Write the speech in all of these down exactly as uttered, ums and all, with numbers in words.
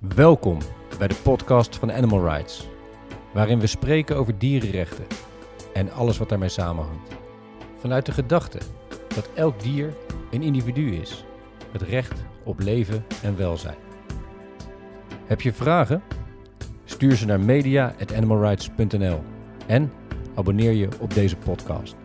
Welkom bij de podcast van Animal Rights, waarin we spreken over dierenrechten en alles wat daarmee samenhangt. Vanuit de gedachte dat elk dier een individu is, het recht op leven en welzijn. Heb je vragen? Stuur ze naar media at animalrights punt n l en abonneer je op deze podcast.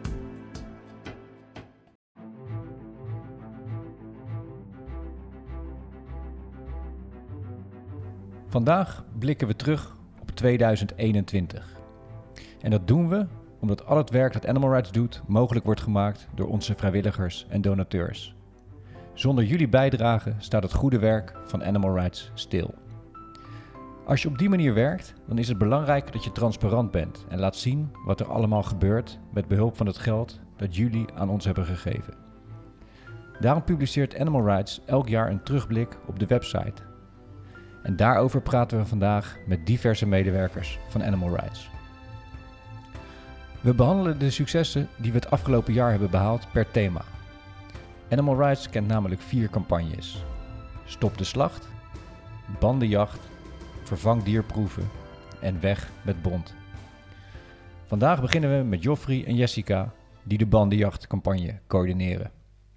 Vandaag blikken we terug op tweeduizend eenentwintig. En dat doen we omdat al het werk dat Animal Rights doet mogelijk wordt gemaakt door onze vrijwilligers en donateurs. Zonder jullie bijdrage staat het goede werk van Animal Rights stil. Als je op die manier werkt, dan is het belangrijk dat je transparant bent en laat zien wat er allemaal gebeurt met behulp van het geld dat jullie aan ons hebben gegeven. Daarom publiceert Animal Rights elk jaar een terugblik op de website. En daarover praten we vandaag met diverse medewerkers van Animal Rights. We behandelen de successen die we het afgelopen jaar hebben behaald per thema. Animal Rights kent namelijk vier campagnes. Stop de slacht, bandenjacht, vervang dierproeven en weg met bont. Vandaag beginnen we met Joffrey en Jessica die de bandenjachtcampagne coördineren.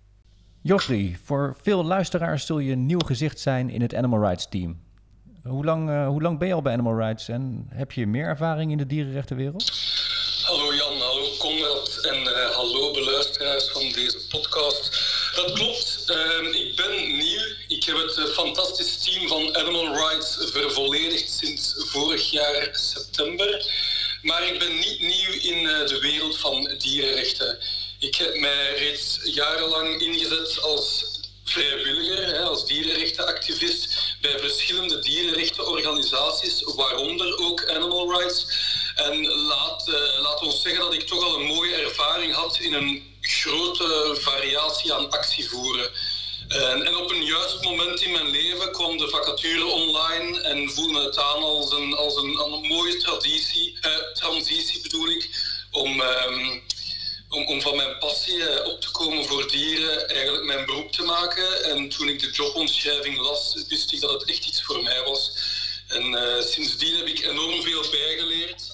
Joffrey, voor veel luisteraars zul je een nieuw gezicht zijn in het Animal Rights team. Hoe lang, uh, hoe lang ben je al bij Animal Rights en heb je meer ervaring in de dierenrechtenwereld? Hallo Jan, hallo Conrad en uh, hallo beluisteraars van deze podcast. Dat klopt, uh, ik ben nieuw. Ik heb het uh, fantastische team van Animal Rights vervolledigd sinds vorig jaar september. Maar ik ben niet nieuw in uh, de wereld van dierenrechten. Ik heb mij reeds jarenlang ingezet als vrijwilliger, hè, als dierenrechtenactivist bij verschillende dierenrechtenorganisaties, waaronder ook Animal Rights. En laat, uh, laat ons zeggen dat ik toch al een mooie ervaring had in een grote variatie aan actievoeren. Uh, en op een juist moment in mijn leven kwam de vacature online en voelde het aan als een, als een, als een mooie traditie, uh, transitie bedoel ik, om... Um, Om, om van mijn passie uh, op te komen voor dieren eigenlijk mijn beroep te maken. En toen ik de jobomschrijving las, wist ik dat het echt iets voor mij was. En uh, sindsdien heb ik enorm veel bijgeleerd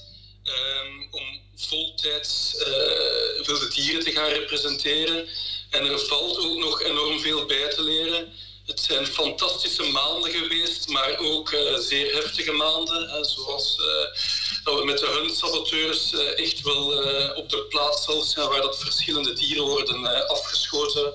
um, om voltijds uh, wilde dieren te gaan representeren. En er valt ook nog enorm veel bij te leren. Het zijn fantastische maanden geweest, maar ook uh, zeer heftige maanden. Hè, zoals uh, dat we met de hundsaboteurs uh, echt wel uh, op de plaats zelf zijn waar dat verschillende dieren worden uh, afgeschoten,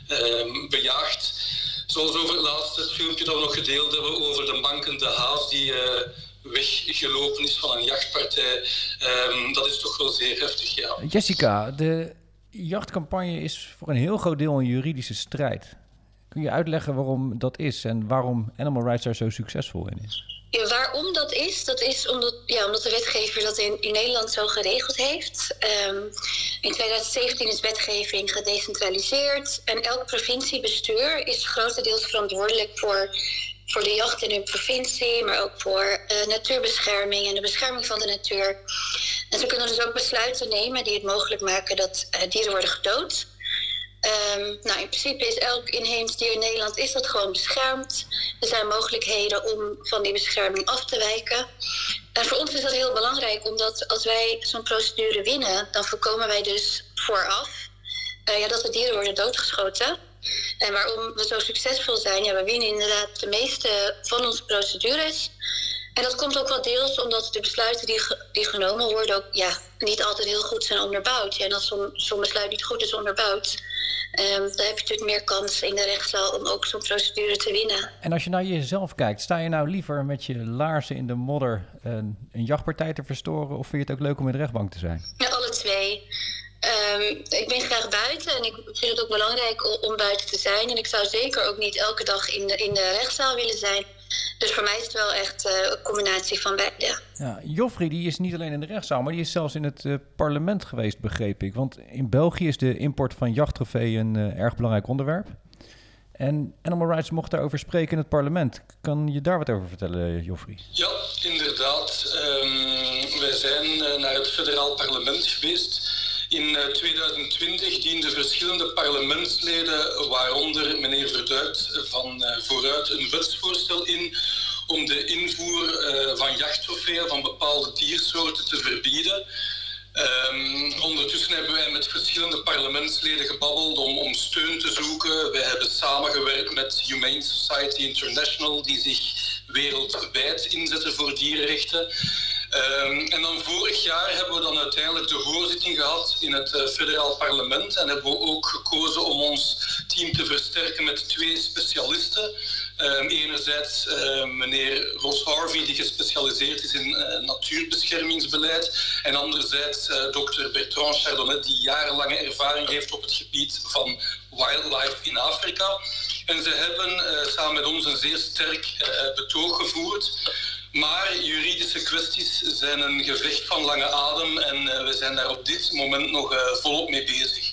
uh, bejaagd. Zoals over het laatste het filmpje dat we nog gedeeld hebben over de mankende haas die uh, weggelopen is van een jachtpartij. Um, dat is toch wel zeer heftig, ja. Jessica, de jachtcampagne is voor een heel groot deel een juridische strijd. Kun je uitleggen waarom dat is en waarom Animal Rights daar zo succesvol in is? Ja, waarom dat is? Dat is omdat, ja, omdat de wetgever dat in, in Nederland zo geregeld heeft. Um, in tweeduizend zeventien is wetgeving gedecentraliseerd en elk provinciebestuur is grotendeels verantwoordelijk voor, voor de jacht in hun provincie, maar ook voor uh, natuurbescherming en de bescherming van de natuur. En ze kunnen dus ook besluiten nemen die het mogelijk maken dat uh, dieren worden gedood. Um, nou, in principe is elk inheems dier in Nederland is dat gewoon beschermd. Er zijn mogelijkheden om van die bescherming af te wijken. En voor ons is dat heel belangrijk, omdat als wij zo'n procedure winnen, dan voorkomen wij dus vooraf uh, ja, dat de dieren worden doodgeschoten. En waarom we zo succesvol zijn, ja, we winnen inderdaad de meeste van onze procedures. En dat komt ook wel deels omdat de besluiten die, ge- die genomen worden ook ja, niet altijd heel goed zijn onderbouwd. Ja, en als zo'n, zo'n besluit niet goed is onderbouwd, Um, dan heb je natuurlijk meer kans in de rechtszaal om ook zo'n procedure te winnen. En als je naar jezelf kijkt, sta je nou liever met je laarzen in de modder een, een jachtpartij te verstoren of vind je het ook leuk om in de rechtbank te zijn? Ja, alle twee. Um, ik ben graag buiten en ik vind het ook belangrijk om buiten te zijn. En ik zou zeker ook niet elke dag in de, in de rechtszaal willen zijn. Dus voor mij is het wel echt uh, een combinatie van beide. Ja, Joffrey die is niet alleen in de rechtszaal, maar die is zelfs in het uh, parlement geweest, begreep ik. Want in België is de import van jachttrofeeën een uh, erg belangrijk onderwerp. En Animal Rights mocht daarover spreken in het parlement. Kan je daar wat over vertellen, Joffrey? Ja, inderdaad. Um, wij zijn uh, naar het federaal parlement geweest. In tweeduizend twintig dienden verschillende parlementsleden, waaronder meneer Verduit van Vooruit, een wetsvoorstel in om de invoer uh, van jachttrofeeën van bepaalde diersoorten te verbieden. Um, ondertussen hebben wij met verschillende parlementsleden gebabbeld om, om steun te zoeken. Wij hebben samengewerkt met Humane Society International, die zich wereldwijd inzetten voor dierenrechten. Um, en dan vorig jaar hebben we dan uiteindelijk de hoorzitting gehad in het uh, federaal parlement en hebben we ook gekozen om ons team te versterken met twee specialisten. Um, enerzijds uh, meneer Ross Harvey, die gespecialiseerd is in uh, natuurbeschermingsbeleid, en anderzijds uh, dokter Bertrand Chardonnay, die jarenlange ervaring heeft op het gebied van wildlife in Afrika. En ze hebben uh, samen met ons een zeer sterk uh, betoog gevoerd. Maar juridische kwesties zijn een gevecht van lange adem en uh, we zijn daar op dit moment nog uh, volop mee bezig.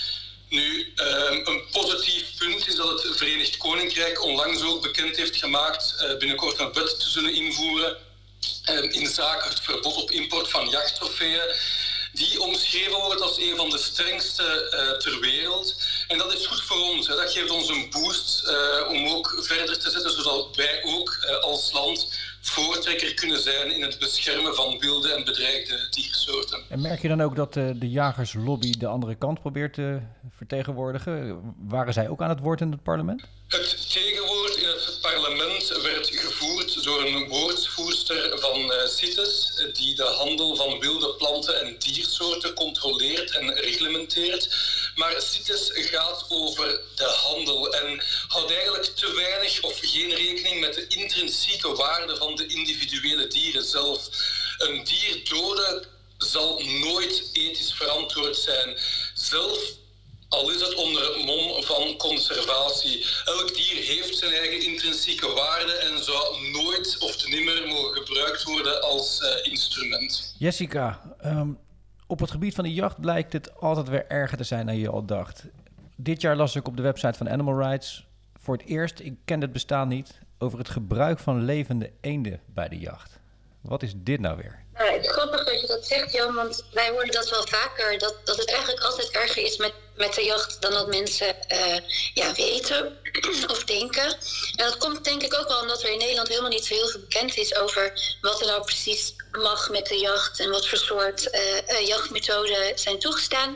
Nu, uh, een positief punt is dat het Verenigd Koninkrijk onlangs ook bekend heeft gemaakt uh, binnenkort een wet te zullen invoeren uh, in zaken het verbod op import van jachttrofeeën, die omschreven wordt als een van de strengste uh, ter wereld. En dat is goed voor ons. Hè. Dat geeft ons een boost uh, om ook verder te zetten, zodat wij ook uh, als land voortrekker kunnen zijn in het beschermen van wilde en bedreigde diersoorten. En merk je dan ook dat de, de jagerslobby de andere kant probeert te vertegenwoordigen? Waren zij ook aan het woord in het parlement? Het tegenwoord in het parlement werd gevoerd door een woordvoerster van uh, CITES, die de handel van wilde planten en diersoorten controleert en reglementeert. Maar CITES gaat over de handel en houdt eigenlijk te weinig of geen rekening met de intrinsieke waarde van de individuele dieren zelf. Een dier doden zal nooit ethisch verantwoord zijn. Zelf, al is het onder het mom van conservatie. Elk dier heeft zijn eigen intrinsieke waarde en zou nooit of te nimmer mogen gebruikt worden als uh, instrument. Jessica, um, op het gebied van de jacht blijkt het altijd weer erger te zijn dan je al dacht. Dit jaar las ik op de website van Animal Rights voor het eerst, ik ken het bestaan niet, over het gebruik van levende eenden bij de jacht. Wat is dit nou weer? Nou, het is grappig dat je dat zegt, Jan, want wij horen dat wel vaker, dat, dat het eigenlijk altijd erger is met, met de jacht dan dat mensen uh, ja, weten of denken. En dat komt denk ik ook wel omdat er in Nederland helemaal niet zo heel veel bekend is over wat er nou precies mag met de jacht en wat voor soort uh, uh, jachtmethoden zijn toegestaan.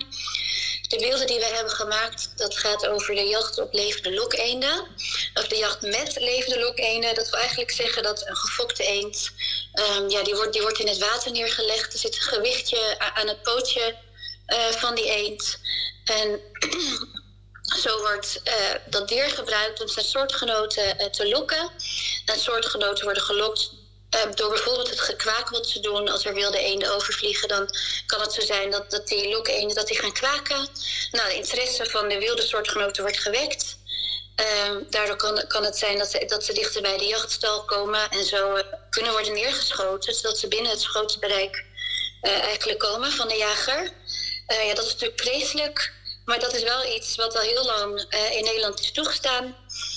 De beelden die wij hebben gemaakt, dat gaat over de jacht op levende lokeenden. Of de jacht met levende lokeenden. Dat wil eigenlijk zeggen dat een gefokte eend, um, ja, die wordt, die wordt in het water neergelegd. Er zit een gewichtje aan het pootje uh, van die eend. En zo wordt uh, dat dier gebruikt om zijn soortgenoten uh, te lokken. En soortgenoten worden gelokt Uh, door bijvoorbeeld het gekwaak wat ze doen. Als er wilde eenden overvliegen, dan kan het zo zijn dat, dat die lokeenden dat die gaan kwaken. Nou, de interesse van de wilde soortgenoten wordt gewekt. Uh, daardoor kan, kan het zijn dat ze, dat ze dichter bij de jachtstal komen en zo uh, kunnen worden neergeschoten, zodat ze binnen het schotenbereik uh, eigenlijk komen van de jager. Uh, ja, dat is natuurlijk vreselijk, maar dat is wel iets wat al heel lang uh, in Nederland is toegestaan.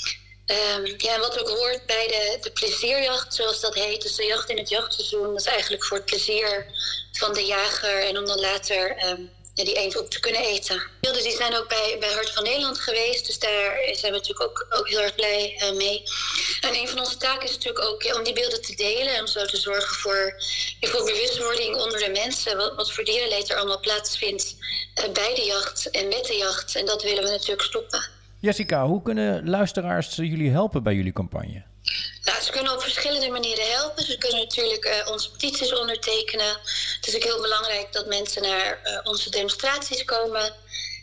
Um, ja, en wat ook hoort bij de, de plezierjacht, zoals dat heet, dus de jacht in het jachtseizoen, dat is eigenlijk voor het plezier van de jager en om dan later um, ja, die eend op te kunnen eten. Beelden die zijn ook bij, bij Hart van Nederland geweest, dus daar zijn we natuurlijk ook, ook heel erg blij uh, mee. En een van onze taken is natuurlijk ook ja, om die beelden te delen en om zo te zorgen voor, ja, voor bewustwording onder de mensen, wat, wat voor dierenleed er allemaal plaatsvindt uh, bij de jacht en met de jacht. En dat willen we natuurlijk stoppen. Jessica, hoe kunnen luisteraars jullie helpen bij jullie campagne? Nou, ze kunnen op verschillende manieren helpen. Ze kunnen natuurlijk uh, onze petities ondertekenen. Het is ook heel belangrijk dat mensen naar uh, onze demonstraties komen.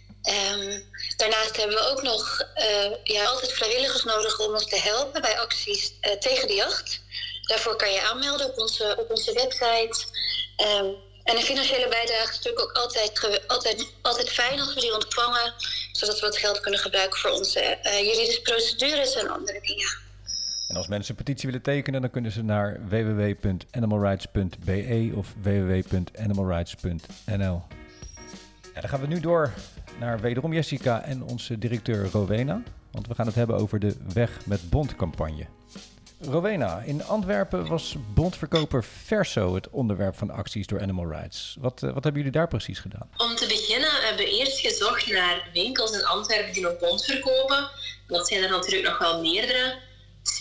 Um, daarnaast hebben we ook nog uh, ja, altijd vrijwilligers nodig om ons te helpen bij acties uh, tegen de jacht. Daarvoor kan je aanmelden op onze, op onze website. Um, En een financiële bijdrage is natuurlijk ook altijd, altijd, altijd fijn als we die ontvangen, zodat we het geld kunnen gebruiken voor onze uh, juridische procedures en andere dingen. En als mensen een petitie willen tekenen, dan kunnen ze naar w w w punt animal rights punt b e of w w w punt animal rights punt n l. Ja, dan gaan we nu door naar wederom Jessica en onze directeur Rowena, want we gaan het hebben over de Weg met Bont campagne. Rowena, in Antwerpen was bondverkoper Verso het onderwerp van acties door Animal Rights. Wat, uh, wat hebben jullie daar precies gedaan? Om te beginnen hebben we eerst gezocht naar winkels in Antwerpen die nog bond verkopen. Dat zijn er natuurlijk nog wel meerdere.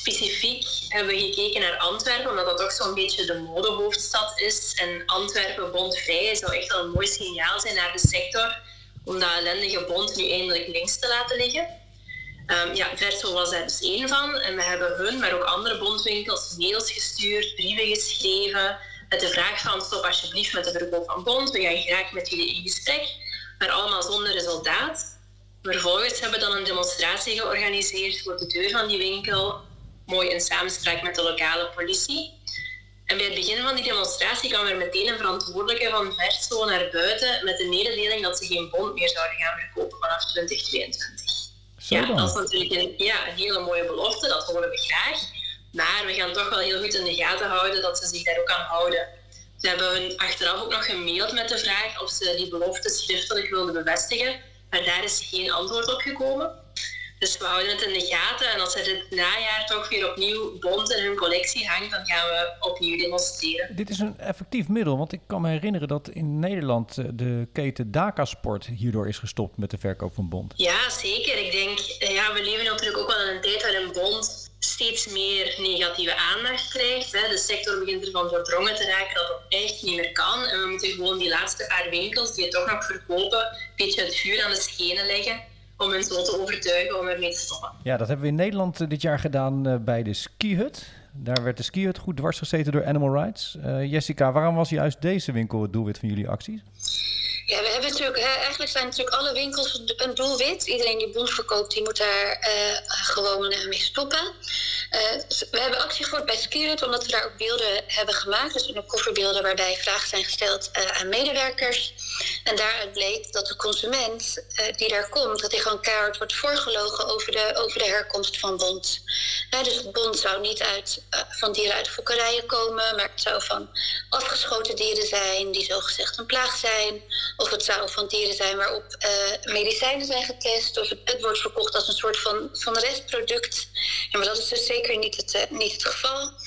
specifiek hebben we gekeken naar Antwerpen, omdat dat toch zo'n beetje de modehoofdstad is. En Antwerpen bondvrij zou echt wel een mooi signaal zijn naar de sector, om dat ellendige bond nu eindelijk links te laten liggen. Um, ja, Verso was daar dus één van. En we hebben hun, maar ook andere bondwinkels, mails gestuurd, brieven geschreven, met de vraag van stop alsjeblieft met de verkoop van bond, we gaan graag met jullie in gesprek, maar allemaal zonder resultaat. Vervolgens hebben we dan een demonstratie georganiseerd voor de deur van die winkel, mooi in samenspraak met de lokale politie. En bij het begin van die demonstratie kwam er meteen een verantwoordelijke van Verso naar buiten met de mededeling dat ze geen bond meer zouden gaan verkopen vanaf twintig tweeëntwintig. Ja, dat is natuurlijk een, ja, een hele mooie belofte, dat horen we graag. Maar we gaan toch wel heel goed in de gaten houden dat ze zich daar ook aan houden. Ze hebben hun achteraf ook nog gemaild met de vraag of ze die belofte schriftelijk wilden bevestigen. Maar daar is geen antwoord op gekomen. Dus we houden het in de gaten. En als er dit najaar toch weer opnieuw bond in hun collectie hangt, dan gaan we opnieuw demonstreren. Dit is een effectief middel, want ik kan me herinneren dat in Nederland de keten Daka Sport hierdoor is gestopt met de verkoop van bond. Ja, zeker. Ik denk, ja, we leven natuurlijk ook wel in een tijd waarin bond steeds meer negatieve aandacht krijgt. Hè. De sector begint ervan doordrongen te raken dat het echt niet meer kan. En we moeten gewoon die laatste paar winkels die het toch nog verkopen, een beetje het vuur aan de schenen leggen om hen zo te overtuigen om ermee te stoppen. Ja, dat hebben we in Nederland dit jaar gedaan uh, bij de Ski Hut. Daar werd de Ski Hut goed dwars gezeten door Animal Rights. Uh, Jessica, waarom was juist deze winkel het doelwit van jullie acties? Ja, we hebben natuurlijk, hè, eigenlijk zijn natuurlijk alle winkels een doelwit. Iedereen die bond verkoopt, die moet daar uh, gewoon uh, mee stoppen. Uh, we hebben actie gevoerd bij Ski Hut, omdat we daar ook beelden hebben gemaakt. Dus ook kofferbeelden waarbij vragen zijn gesteld uh, aan medewerkers. En daaruit bleek dat de consument uh, die daar komt, dat hij gewoon keihard wordt voorgelogen over de, over de herkomst van bond. Uh, dus het bond zou niet uit, uh, van dieren uit fokkerijen komen, maar het zou van afgeschoten dieren zijn die zogezegd een plaag zijn. Of het zou van dieren zijn waarop uh, medicijnen zijn getest. Of het, het wordt verkocht als een soort van, van restproduct. Ja, maar dat is dus zeker niet het, uh, niet het geval. Uh,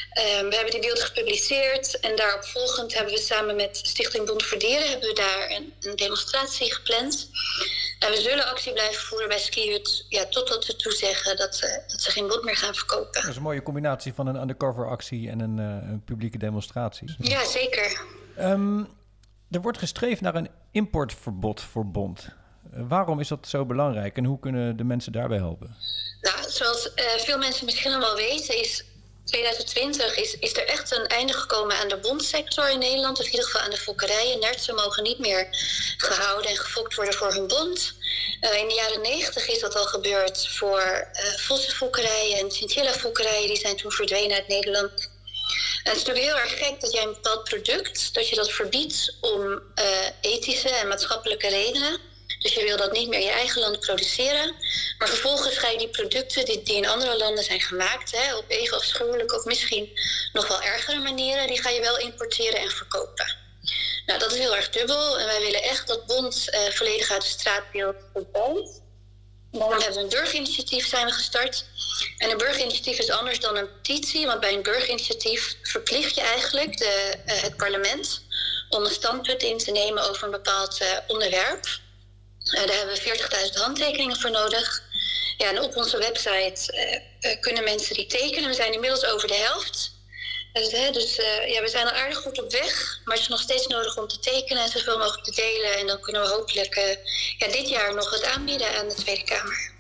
we hebben die beelden gepubliceerd. En daarop volgend hebben we samen met Stichting Bond voor Dieren hebben we daar een, een demonstratie gepland. En we zullen actie blijven voeren bij Ski Hut, ja, totdat we toezeggen dat, uh, dat ze geen bond meer gaan verkopen. Dat is een mooie combinatie van een undercover actie en een, uh, een publieke demonstratie. Ja, zeker. Um, Er wordt gestreefd naar een importverbod voor bond. Uh, waarom is dat zo belangrijk en hoe kunnen de mensen daarbij helpen? Nou, zoals uh, veel mensen misschien al wel weten, is twintig twintig is, is er echt een einde gekomen aan de bondsector in Nederland. Of in ieder geval aan de fokkerijen. Nertsen mogen niet meer gehouden en gefokt worden voor hun bond. Uh, in de jaren negentig is dat al gebeurd voor uh, vossenfokkerijen en chinchilla-fokkerijen. Die zijn toen verdwenen uit Nederland. En het is natuurlijk heel erg gek dat jij een bepaald product, dat je dat verbiedt om uh, ethische en maatschappelijke redenen. Dus je wil dat niet meer in je eigen land produceren. Maar vervolgens ga je die producten die, die in andere landen zijn gemaakt, hè, op even afschuwelijke of misschien nog wel ergere manieren, die ga je wel importeren en verkopen. Nou, dat is heel erg dubbel en wij willen echt dat bond uh, volledig uit het straatbeeld verdwijnt. Daarom hebben we een burgerinitiatief zijn we gestart. En een burgerinitiatief is anders dan een petitie, want bij een burgerinitiatief verplicht je eigenlijk de, uh, het parlement om een standpunt in te nemen over een bepaald uh, onderwerp. Uh, daar hebben we veertigduizend handtekeningen voor nodig. Ja, en op onze website uh, uh, kunnen mensen die tekenen. We zijn inmiddels over de helft. Dus, hè, dus uh, ja, we zijn al aardig goed op weg, maar het is nog steeds nodig om te tekenen en zoveel mogelijk te delen. En dan kunnen we hopelijk uh, ja, dit jaar nog het aanbieden aan de Tweede Kamer.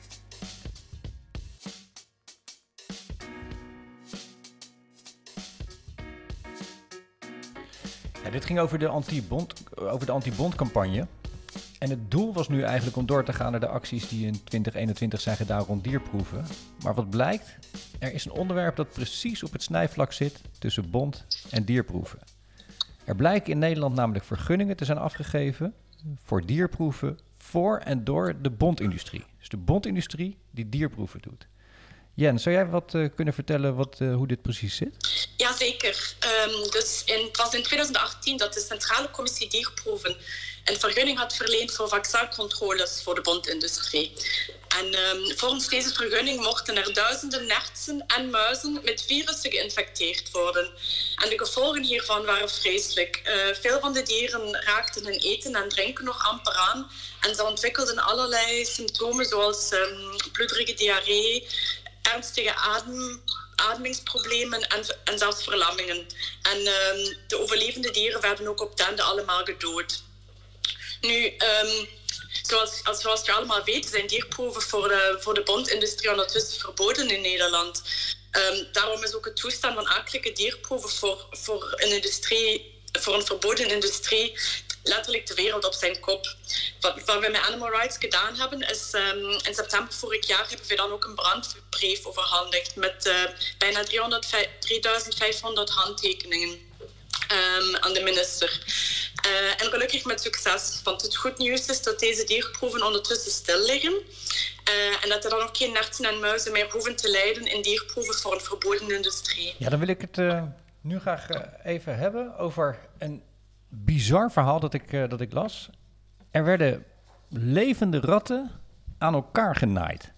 Ja, dit ging over de anti-bond, over de anti-bondcampagne. En het doel was nu eigenlijk om door te gaan naar de acties die in twintig eenentwintig zijn gedaan rond dierproeven. Maar wat blijkt? Er is een onderwerp dat precies op het snijvlak zit tussen bond en dierproeven. Er blijken in Nederland namelijk vergunningen te zijn afgegeven voor dierproeven voor en door de bondindustrie. Dus de bondindustrie die dierproeven doet. Jen, zou jij wat uh, kunnen vertellen wat, uh, hoe dit precies zit? Jazeker. Um, dus in, het was in twintig achttien dat de Centrale Commissie Dierproeven een vergunning had verleend voor vaccincontroles voor de bondindustrie. En um, volgens deze vergunning mochten er duizenden nertsen en muizen met virussen geïnfecteerd worden. En de gevolgen hiervan waren vreselijk. Uh, veel van de dieren raakten hun eten en drinken nog amper aan. En ze ontwikkelden allerlei symptomen zoals um, bloederige diarree ernstige adem, ademingsproblemen en, en zelfs verlammingen. En um, de overlevende dieren werden ook op tanden allemaal gedood. Nu, um, zoals, zoals je allemaal weet, zijn dierproeven voor de, voor de bondindustrie ondertussen verboden in Nederland. Um, daarom is ook het toestaan van akelige dierproeven voor, voor, een industrie, voor een verboden industrie letterlijk de wereld op zijn kop. Wat, wat we met Animal Rights gedaan hebben, is um, in september vorig jaar hebben we dan ook een brandbrief overhandigd met uh, bijna drieduizend vijfhonderd handtekeningen um, aan de minister. Uh, en gelukkig met succes, want het goed nieuws is dat deze dierproeven ondertussen stil liggen. Uh, en dat er dan ook geen nertsen en muizen meer hoeven te lijden in dierproeven voor een verboden industrie. Ja, dan wil ik het uh, nu graag uh, even hebben over een bizar verhaal dat ik, uh, dat ik las. Er werden levende ratten aan elkaar genaaid.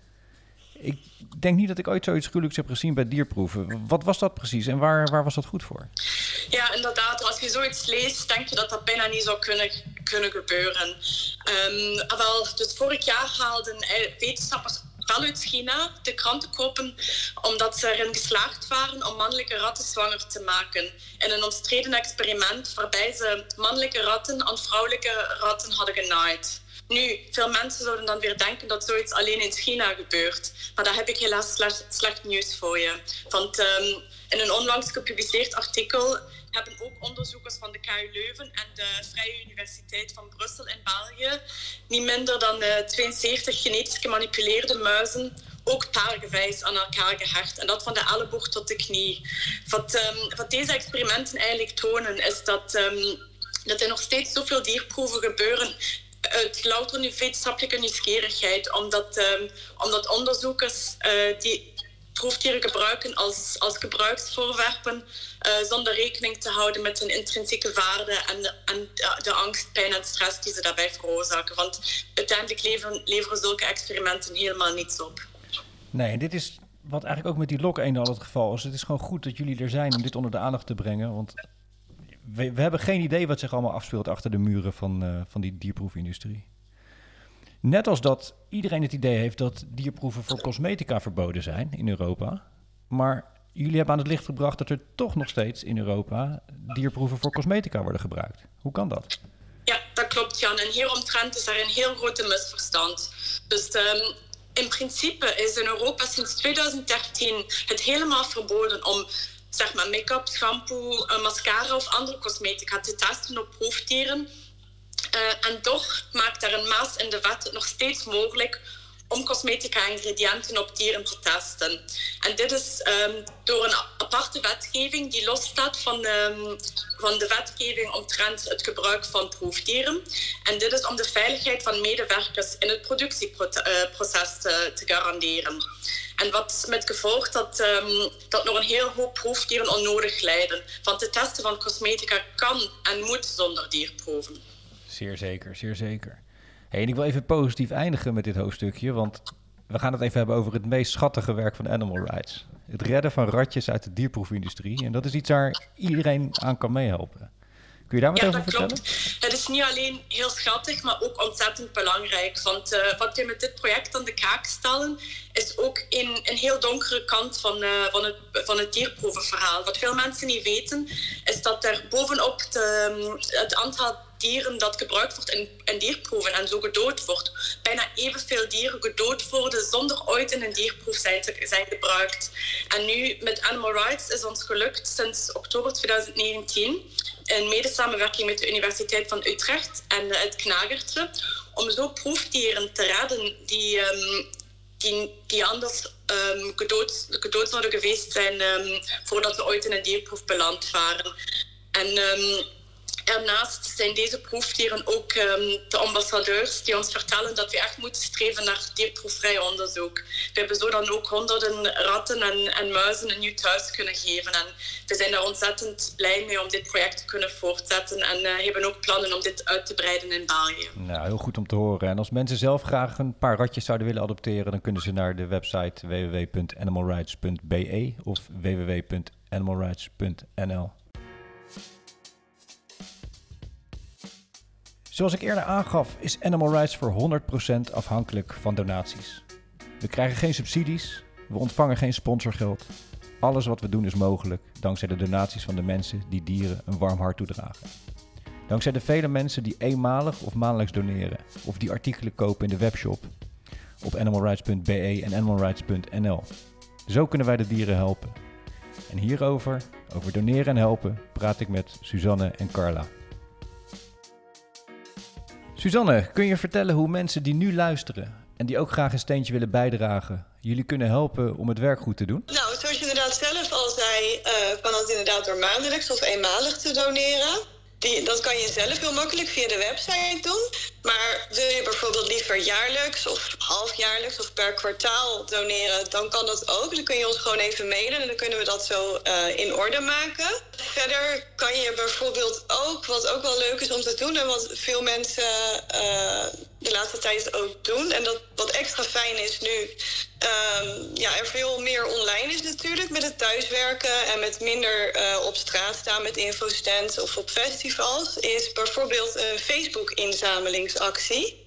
Ik denk niet dat ik ooit zoiets gruwelijks heb gezien bij dierproeven. Wat was dat precies en waar, waar was dat goed voor? Ja, inderdaad. Als je zoiets leest, denk je dat dat bijna niet zou kunnen, kunnen gebeuren. Um, wel, dus vorig jaar haalden wetenschappers wel uit China de krantenkoppen omdat ze erin geslaagd waren om mannelijke ratten zwanger te maken. In een omstreden experiment waarbij ze mannelijke ratten aan vrouwelijke ratten hadden genaaid. Nu, veel mensen zouden dan weer denken dat zoiets alleen in China gebeurt. Maar daar heb ik helaas slecht, slecht nieuws voor je. Want um, in een onlangs gepubliceerd artikel hebben ook onderzoekers van de K U Leuven en de Vrije Universiteit van Brussel in België niet minder dan uh, tweeënzeventig genetisch gemanipuleerde muizen ook paargewijs aan elkaar gehecht. En dat van de elleboog tot de knie. Wat, um, wat deze experimenten eigenlijk tonen is dat, um, dat er nog steeds zoveel dierproeven gebeuren uit louter wetenschappelijke nieuwsgierigheid, omdat, um, omdat onderzoekers uh, die proefdieren gebruiken als, als gebruiksvoorwerpen uh, zonder rekening te houden met hun intrinsieke waarde en, de, en de, de angst, pijn en stress die ze daarbij veroorzaken. Want uiteindelijk leveren, leveren zulke experimenten helemaal niets op. Nee, en dit is wat eigenlijk ook met die lok één al het geval is. Het is gewoon goed dat jullie er zijn om dit onder de aandacht te brengen, want we, we hebben geen idee wat zich allemaal afspeelt achter de muren van, uh, van die dierproefindustrie. Net als dat iedereen het idee heeft dat dierproeven voor cosmetica verboden zijn in Europa. Maar jullie hebben aan het licht gebracht dat er toch nog steeds in Europa dierproeven voor cosmetica worden gebruikt. Hoe kan dat? Ja, dat klopt, Jan. En hieromtrent is er een heel grote misverstand. Dus um, in principe is in Europa sinds tweeduizend dertien het helemaal verboden om zeg maar make-up, shampoo, mascara of andere cosmetica te testen op proefdieren. Uh, en toch maakt er een maas in de wet het nog steeds mogelijk om cosmetica-ingrediënten op dieren te testen. En dit is um, door een aparte wetgeving die losstaat van, um, van de wetgeving omtrent het gebruik van proefdieren. En dit is om de veiligheid van medewerkers in het productieproces te, te garanderen. En wat met gevolg dat, um, dat nog een heel hoop proefdieren onnodig lijden. Want het testen van cosmetica kan en moet zonder dierproeven. Zeer zeker, zeer zeker. Hey, en ik wil even positief eindigen met dit hoofdstukje, want we gaan het even hebben over het meest schattige werk van Animal Rights. Het redden van ratjes uit de dierproefindustrie. En dat is iets waar iedereen aan kan meehelpen. Kun je daar wat ja, over dat vertellen? Klopt. Het is niet alleen heel schattig, maar ook ontzettend belangrijk. Want uh, wat we met dit project aan de kaak stellen, is ook een, een heel donkere kant van, uh, van, het, van het dierproevenverhaal. Wat veel mensen niet weten, is dat er bovenop de, het aantal dieren dat gebruikt wordt in, in dierproeven en zo gedood wordt, bijna evenveel dieren gedood worden zonder ooit in een dierproef zijn, te, zijn gebruikt. En nu met Animal Rights is ons gelukt sinds oktober tweeduizend negentien, in medesamenwerking met de Universiteit van Utrecht en uh, het Knagertje, om zo proefdieren te redden die, um, die, die anders um, gedood, gedood zouden geweest zijn um, voordat ze ooit in een dierproef beland waren. En um, Daarnaast zijn deze proefdieren ook um, de ambassadeurs die ons vertellen dat we echt moeten streven naar dierproefvrij onderzoek. We hebben zo dan ook honderden ratten en, en muizen een nieuw thuis kunnen geven. En we zijn daar ontzettend blij mee om dit project te kunnen voortzetten en uh, hebben ook plannen om dit uit te breiden in België. Nou, heel goed om te horen. En als mensen zelf graag een paar ratjes zouden willen adopteren, dan kunnen ze naar de website w w w punt animal rights punt b e of w w w punt animal rights punt n l. Zoals ik eerder aangaf, is Animal Rights voor honderd procent afhankelijk van donaties. We krijgen geen subsidies, We ontvangen geen sponsorgeld. Alles wat we doen is mogelijk dankzij de donaties van de mensen die dieren een warm hart toedragen. Dankzij de vele mensen die eenmalig of maandelijks doneren of die artikelen kopen in de webshop op animalrights punt b e en animalrights punt n l. Zo kunnen wij de dieren helpen. En hierover, over doneren en helpen, praat ik met Suzanne en Carla. Suzanne, kun je vertellen hoe mensen die nu luisteren en die ook graag een steentje willen bijdragen, jullie kunnen helpen om het werk goed te doen? Nou, zoals je inderdaad zelf al zei, uh, kan het inderdaad door maandelijks of eenmalig te doneren. Die, dat kan je zelf heel makkelijk via de website doen. Maar wil je bijvoorbeeld liever jaarlijks of halfjaarlijks of per kwartaal doneren, dan kan dat ook. Dan kun je ons gewoon even mailen en dan kunnen we dat zo uh, in orde maken. Verder kan je bijvoorbeeld ook, wat ook wel leuk is om te doen en wat veel mensen uh, de laatste tijd ook doen, en dat wat extra fijn is nu um, ja, er veel meer online is natuurlijk met het thuiswerken en met minder uh, op straat staan met infostands of op festivals, is bijvoorbeeld een Facebook-inzamelingsactie.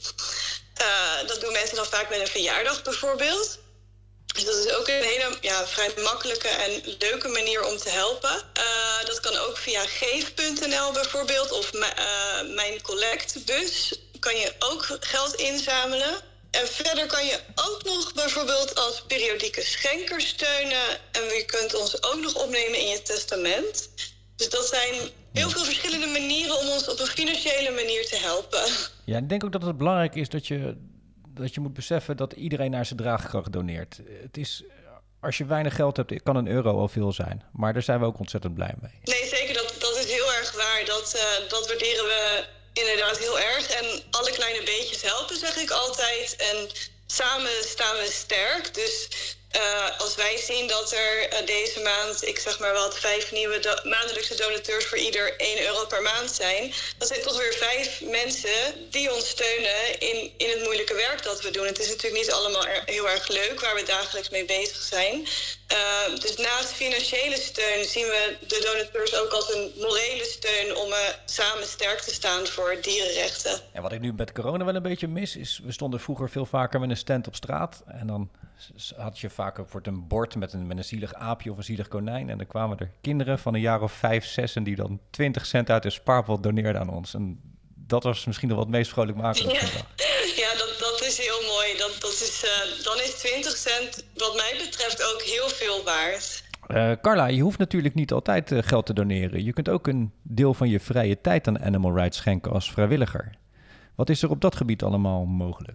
Uh, dat doen mensen dan vaak met een verjaardag bijvoorbeeld. Dus dat is ook een hele ja, vrij makkelijke en leuke manier om te helpen. Uh, dat kan ook via geef punt n l bijvoorbeeld of uh, mijn collectebus. Kan je ook geld inzamelen. En verder kan je ook nog bijvoorbeeld als periodieke schenker steunen. En je kunt ons ook nog opnemen in je testament. Dus dat zijn heel veel verschillende manieren om ons op een financiële manier te helpen. Ja, ik denk ook dat het belangrijk is dat je, dat je moet beseffen dat iedereen naar zijn draagkracht doneert. Het is, als je weinig geld hebt, kan een euro al veel zijn. Maar daar zijn we ook ontzettend blij mee. Nee, zeker. Dat, dat is heel erg waar. Dat, uh, dat waarderen we inderdaad heel erg. En alle kleine beetjes helpen, zeg ik altijd. En samen staan we sterk. Dus uh, als wij zien dat er uh, deze maand, ik zeg maar wat, vijf nieuwe do- maandelijkse donateurs voor ieder één euro per maand zijn, dat zijn toch weer vijf mensen die ons steunen in, in het moeilijke werk dat we doen. Het is natuurlijk niet allemaal er, heel erg leuk waar we dagelijks mee bezig zijn. Uh, dus naast financiële steun zien we de donateurs ook als een morele steun om uh, samen sterk te staan voor dierenrechten. En wat ik nu met corona wel een beetje mis is, we stonden vroeger veel vaker met een stand op straat en dan had je vaak voor een bord met een, met een zielig aapje of een zielig konijn en dan kwamen er kinderen van een jaar of vijf, zes en die dan twintig cent uit hun spaarpot doneerden aan ons. En dat was misschien nog wat het meest vrolijkmakende van de dag. Ja, dat, dat is heel mooi. Dat, dat is, uh, dan is twintig cent wat mij betreft ook heel veel waard. Uh, Carla, je hoeft natuurlijk niet altijd uh, geld te doneren. Je kunt ook een deel van je vrije tijd aan Animal Rights schenken als vrijwilliger. Wat is er op dat gebied allemaal mogelijk?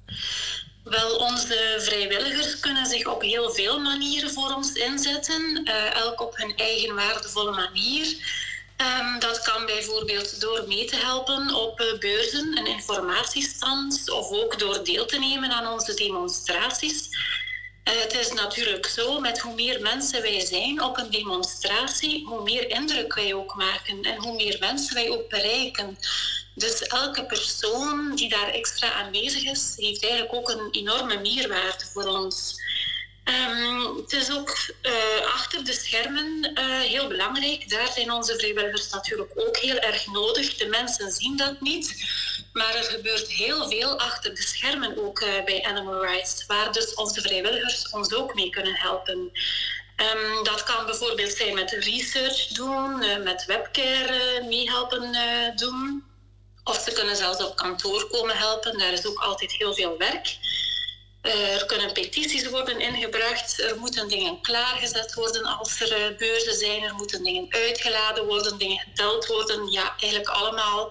Wel, onze vrijwilligers kunnen zich op heel veel manieren voor ons inzetten. Uh, elk op hun eigen waardevolle manier. Um, dat kan bijvoorbeeld door mee te helpen op uh, beurzen en informatiestands of ook door deel te nemen aan onze demonstraties. Uh, het is natuurlijk zo, met hoe meer mensen wij zijn op een demonstratie, hoe meer indruk wij ook maken en hoe meer mensen wij ook bereiken. Dus elke persoon die daar extra aanwezig is, heeft eigenlijk ook een enorme meerwaarde voor ons. Um, het is ook uh, achter de schermen uh, heel belangrijk. Daar zijn onze vrijwilligers natuurlijk ook heel erg nodig. De mensen zien dat niet. Maar er gebeurt heel veel achter de schermen ook uh, bij Animal Rights, waar dus onze vrijwilligers ons ook mee kunnen helpen. Um, dat kan bijvoorbeeld zijn met research doen, uh, met webcare uh, meehelpen uh, doen. Of ze kunnen zelfs op kantoor komen helpen. Daar is ook altijd heel veel werk. Uh, er kunnen petities worden ingebracht. Er moeten dingen klaargezet worden als er uh, beurzen zijn. Er moeten dingen uitgeladen worden, dingen geteld worden. Ja, eigenlijk allemaal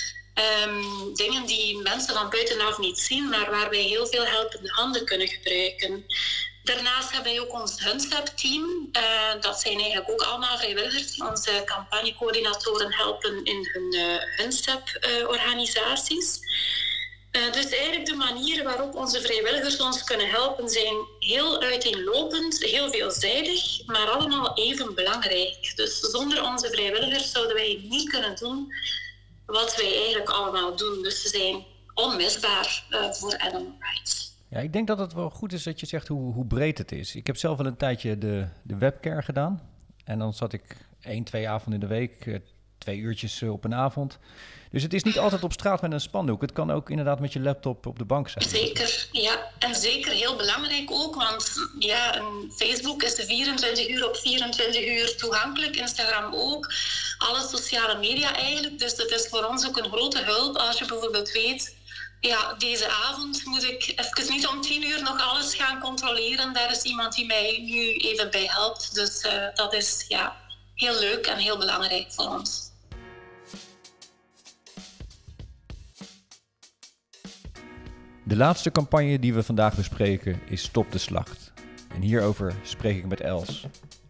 um, dingen die mensen van buitenaf niet zien, maar waar wij heel veel helpende handen kunnen gebruiken. Daarnaast hebben wij ook ons Hunsep-team. Uh, dat zijn eigenlijk ook allemaal vrijwilligers. Onze campagnecoördinatoren helpen in hun uh, Hunsep-organisaties. Uh, dus eigenlijk de manieren waarop onze vrijwilligers ons kunnen helpen zijn heel uiteenlopend, heel veelzijdig, maar allemaal even belangrijk. Dus zonder onze vrijwilligers zouden wij niet kunnen doen wat wij eigenlijk allemaal doen. Dus ze zijn onmisbaar uh, voor Animal Rights. Ja, ik denk dat het wel goed is dat je zegt hoe, hoe breed het is. Ik heb zelf wel een tijdje de, de webcare gedaan. En dan zat ik één, twee avonden in de week, twee uurtjes uh, op een avond. Dus het is niet altijd op straat met een spandoek. Het kan ook inderdaad met je laptop op de bank zijn. Zeker, ja. En zeker heel belangrijk ook, want ja, een Facebook is de vierentwintig uur op vierentwintig uur toegankelijk. Instagram ook. Alle sociale media eigenlijk. Dus dat is voor ons ook een grote hulp als je bijvoorbeeld weet... Ja, deze avond moet ik even niet om tien uur nog alles gaan controleren. Daar is iemand die mij nu even bij helpt. Dus uh, dat is ja, heel leuk en heel belangrijk voor ons. De laatste campagne die we vandaag bespreken is Stop de Slacht. En hierover spreek ik met Els.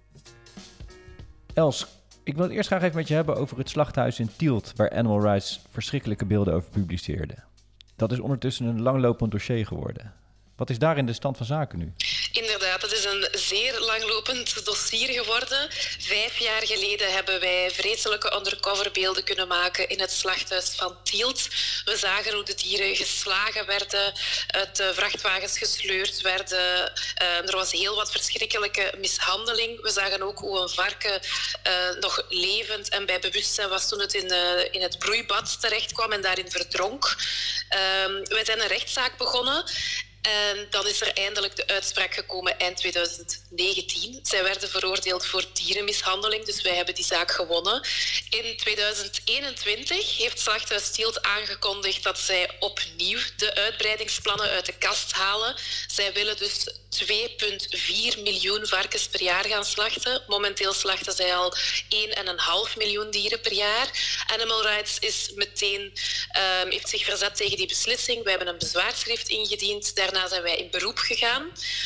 Els, ik wil het eerst graag even met je hebben over het slachthuis in Tielt, waar Animal Rights verschrikkelijke beelden over publiceerde. Dat is ondertussen een langlopend dossier geworden. Wat is daarin de stand van zaken nu? Inderdaad, het is een zeer langlopend dossier geworden. Vijf jaar geleden hebben wij vreselijke undercoverbeelden kunnen maken in het slachthuis van Tielt. We zagen hoe de dieren geslagen werden, uit de vrachtwagens gesleurd werden. Uh, er was heel wat verschrikkelijke mishandeling. We zagen ook hoe een varken uh, nog levend en bij bewustzijn was toen het in, uh, in het broeibad terecht kwam en daarin verdronk. Uh, wij zijn een rechtszaak begonnen. En dan is er eindelijk de uitspraak gekomen eind twintig negentien. Zij werden veroordeeld voor dierenmishandeling, dus wij hebben die zaak gewonnen. In twintig eenentwintig heeft Slachthuis Tielt aangekondigd dat zij opnieuw de uitbreidingsplannen uit de kast halen. Zij willen dus twee komma vier miljoen varkens per jaar gaan slachten. Momenteel slachten zij al één komma vijf miljoen dieren per jaar. Animal Rights is meteen, um, heeft zich verzet tegen die beslissing. We hebben een bezwaarschrift ingediend. Daarna zijn wij in beroep gegaan.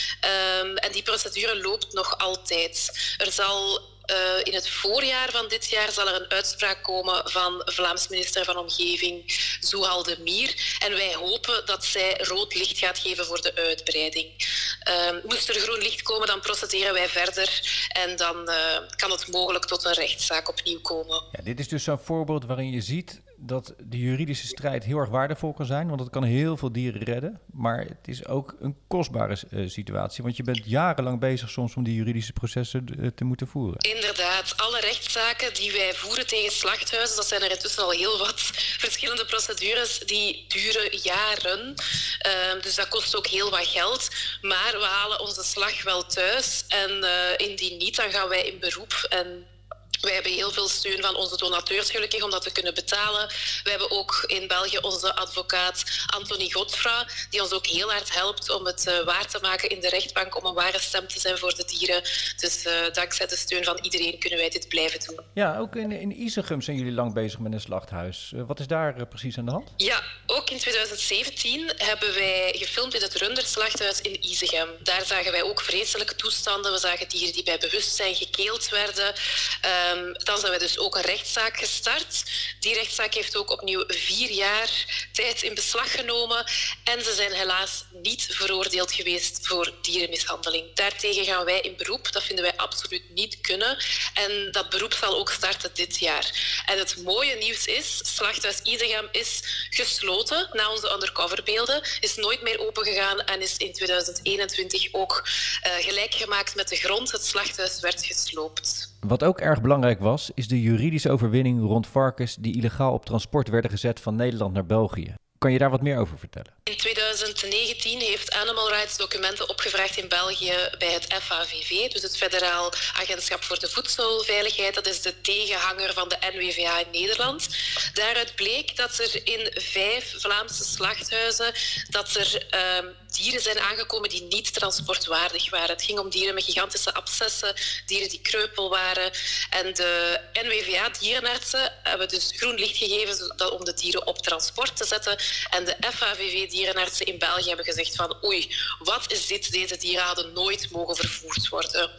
Um, en die procedure loopt nog altijd. Er zal... Uh, in het voorjaar van dit jaar zal er een uitspraak komen van Vlaams minister van Omgeving, Zuhal de Mier. En wij hopen dat zij rood licht gaat geven voor de uitbreiding. Uh, moest er groen licht komen, dan procederen wij verder. En dan uh, kan het mogelijk tot een rechtszaak opnieuw komen. Ja, dit is dus zo'n voorbeeld waarin je ziet dat de juridische strijd heel erg waardevol kan zijn. Want het kan heel veel dieren redden. Maar het is ook een kostbare uh, situatie. Want je bent jarenlang bezig soms om die juridische processen uh, te moeten voeren. Inderdaad. Alle rechtszaken die wij voeren tegen slachthuizen, dat zijn er intussen al heel wat verschillende procedures, die duren jaren. Uh, dus dat kost ook heel wat geld. Maar we halen onze slag wel thuis. En uh, indien niet, dan gaan wij in beroep. En wij hebben heel veel steun van onze donateurs gelukkig om dat te kunnen betalen. We hebben ook in België onze advocaat Anthony Godfra, die ons ook heel hard helpt om het uh, waar te maken in de rechtbank, om een ware stem te zijn voor de dieren. Dus uh, dankzij de steun van iedereen kunnen wij dit blijven doen. Ja, ook in, in Isegem zijn jullie lang bezig met een slachthuis. Uh, wat is daar uh, precies aan de hand? Ja, ook in twintig zeventien hebben wij gefilmd in het Runderslachthuis in Isegem. Daar zagen wij ook vreselijke toestanden. We zagen dieren die bij bewustzijn gekeeld werden. Uh, Um, dan zijn we dus ook een rechtszaak gestart. Die rechtszaak heeft ook opnieuw vier jaar tijd in beslag genomen. En ze zijn helaas niet veroordeeld geweest voor dierenmishandeling. Daartegen gaan wij in beroep. Dat vinden wij absoluut niet kunnen. En dat beroep zal ook starten dit jaar. En het mooie nieuws is, Slachthuis Isegem is gesloten na onze undercoverbeelden. Is nooit meer opengegaan en is in twintig eenentwintig ook uh, gelijk gemaakt met de grond. Het slachthuis werd gesloopt. Wat ook erg belangrijk was, is de juridische overwinning rond varkens die illegaal op transport werden gezet van Nederland naar België. Kan je daar wat meer over vertellen? In twintig negentien heeft Animal Rights documenten opgevraagd in België bij het F A V V, dus het Federaal Agentschap voor de Voedselveiligheid. Dat is de tegenhanger van de N W V A in Nederland. Daaruit bleek dat er in vijf Vlaamse slachthuizen dat er uh, dieren zijn aangekomen die niet transportwaardig waren. Het ging om dieren met gigantische abscessen, dieren die kreupel waren. En de N W V A-dierenartsen hebben dus groen licht gegeven om de dieren op transport te zetten. En de F A V V-dierenartsen in België hebben gezegd van oei, wat is dit? Deze dieren hadden nooit mogen vervoerd worden.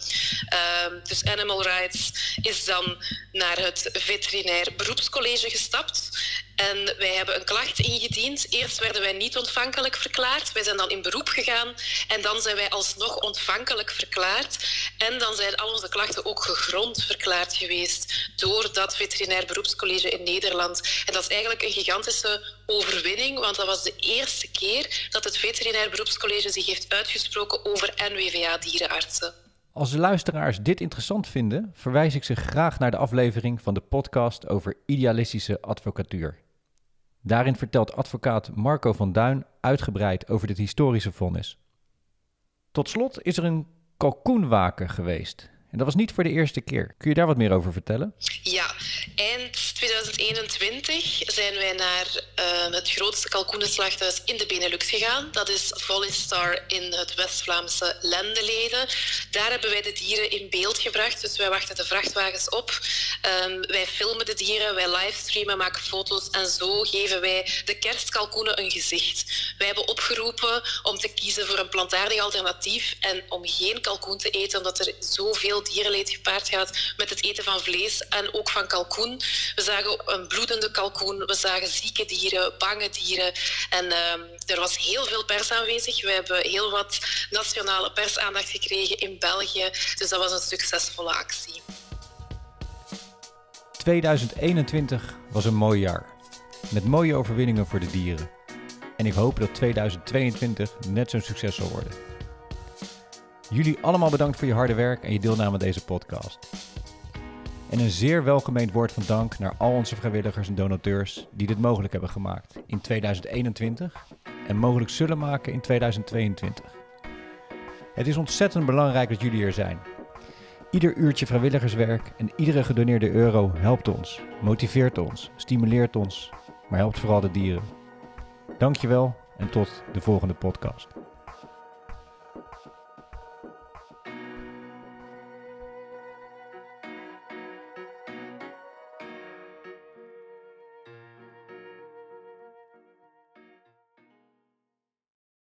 Uh, dus Animal Rights is dan naar het veterinair beroepscollege gestapt. En wij hebben een klacht ingediend. Eerst werden wij niet ontvankelijk verklaard. Wij zijn dan in beroep gegaan. En dan zijn wij alsnog ontvankelijk verklaard. En dan zijn al onze klachten ook gegrond verklaard geweest door dat veterinair beroepscollege in Nederland. En dat is eigenlijk een gigantische overwinning, want dat was de eerste keer dat het veterinair beroepscollege zich heeft uitgesproken over N W V A-dierenartsen. Als de luisteraars dit interessant vinden, verwijs ik ze graag naar de aflevering van de podcast over idealistische advocatuur. Daarin vertelt advocaat Marco van Duin uitgebreid over dit historische vonnis. Tot slot is er een kalkoenwaken geweest. En dat was niet voor de eerste keer. Kun je daar wat meer over vertellen? Ja, eind tweeduizend eenentwintig zijn wij naar uh, het grootste kalkoenenslachthuis in de Benelux gegaan. Dat is Vollistar in het West-Vlaamse Lendeleden. Daar hebben wij de dieren in beeld gebracht. Dus wij wachten de vrachtwagens op. Um, wij filmen de dieren, wij livestreamen, maken foto's. En zo geven wij de kerstkalkoenen een gezicht. Wij hebben opgeroepen om te kiezen voor een plantaardig alternatief en om geen kalkoen te eten, omdat er zoveel dierenleed gepaard gaat met het eten van vlees en ook van kalkoen. We zagen een bloedende kalkoen, we zagen zieke dieren, bange dieren. En uh, er was heel veel pers aanwezig. We hebben heel wat nationale persaandacht gekregen in België. Dus dat was een succesvolle actie. tweeduizend eenentwintig was een mooi jaar. Met mooie overwinningen voor de dieren. En ik hoop dat tweeduizend tweeëntwintig net zo'n succes zal worden. Jullie allemaal bedankt voor je harde werk en je deelname aan deze podcast. En een zeer welgemeend woord van dank naar al onze vrijwilligers en donateurs die dit mogelijk hebben gemaakt in tweeduizend eenentwintig en mogelijk zullen maken in tweeduizend tweeëntwintig. Het is ontzettend belangrijk dat jullie er zijn. Ieder uurtje vrijwilligerswerk en iedere gedoneerde euro helpt ons, motiveert ons, stimuleert ons, maar helpt vooral de dieren. Dankjewel en tot de volgende podcast.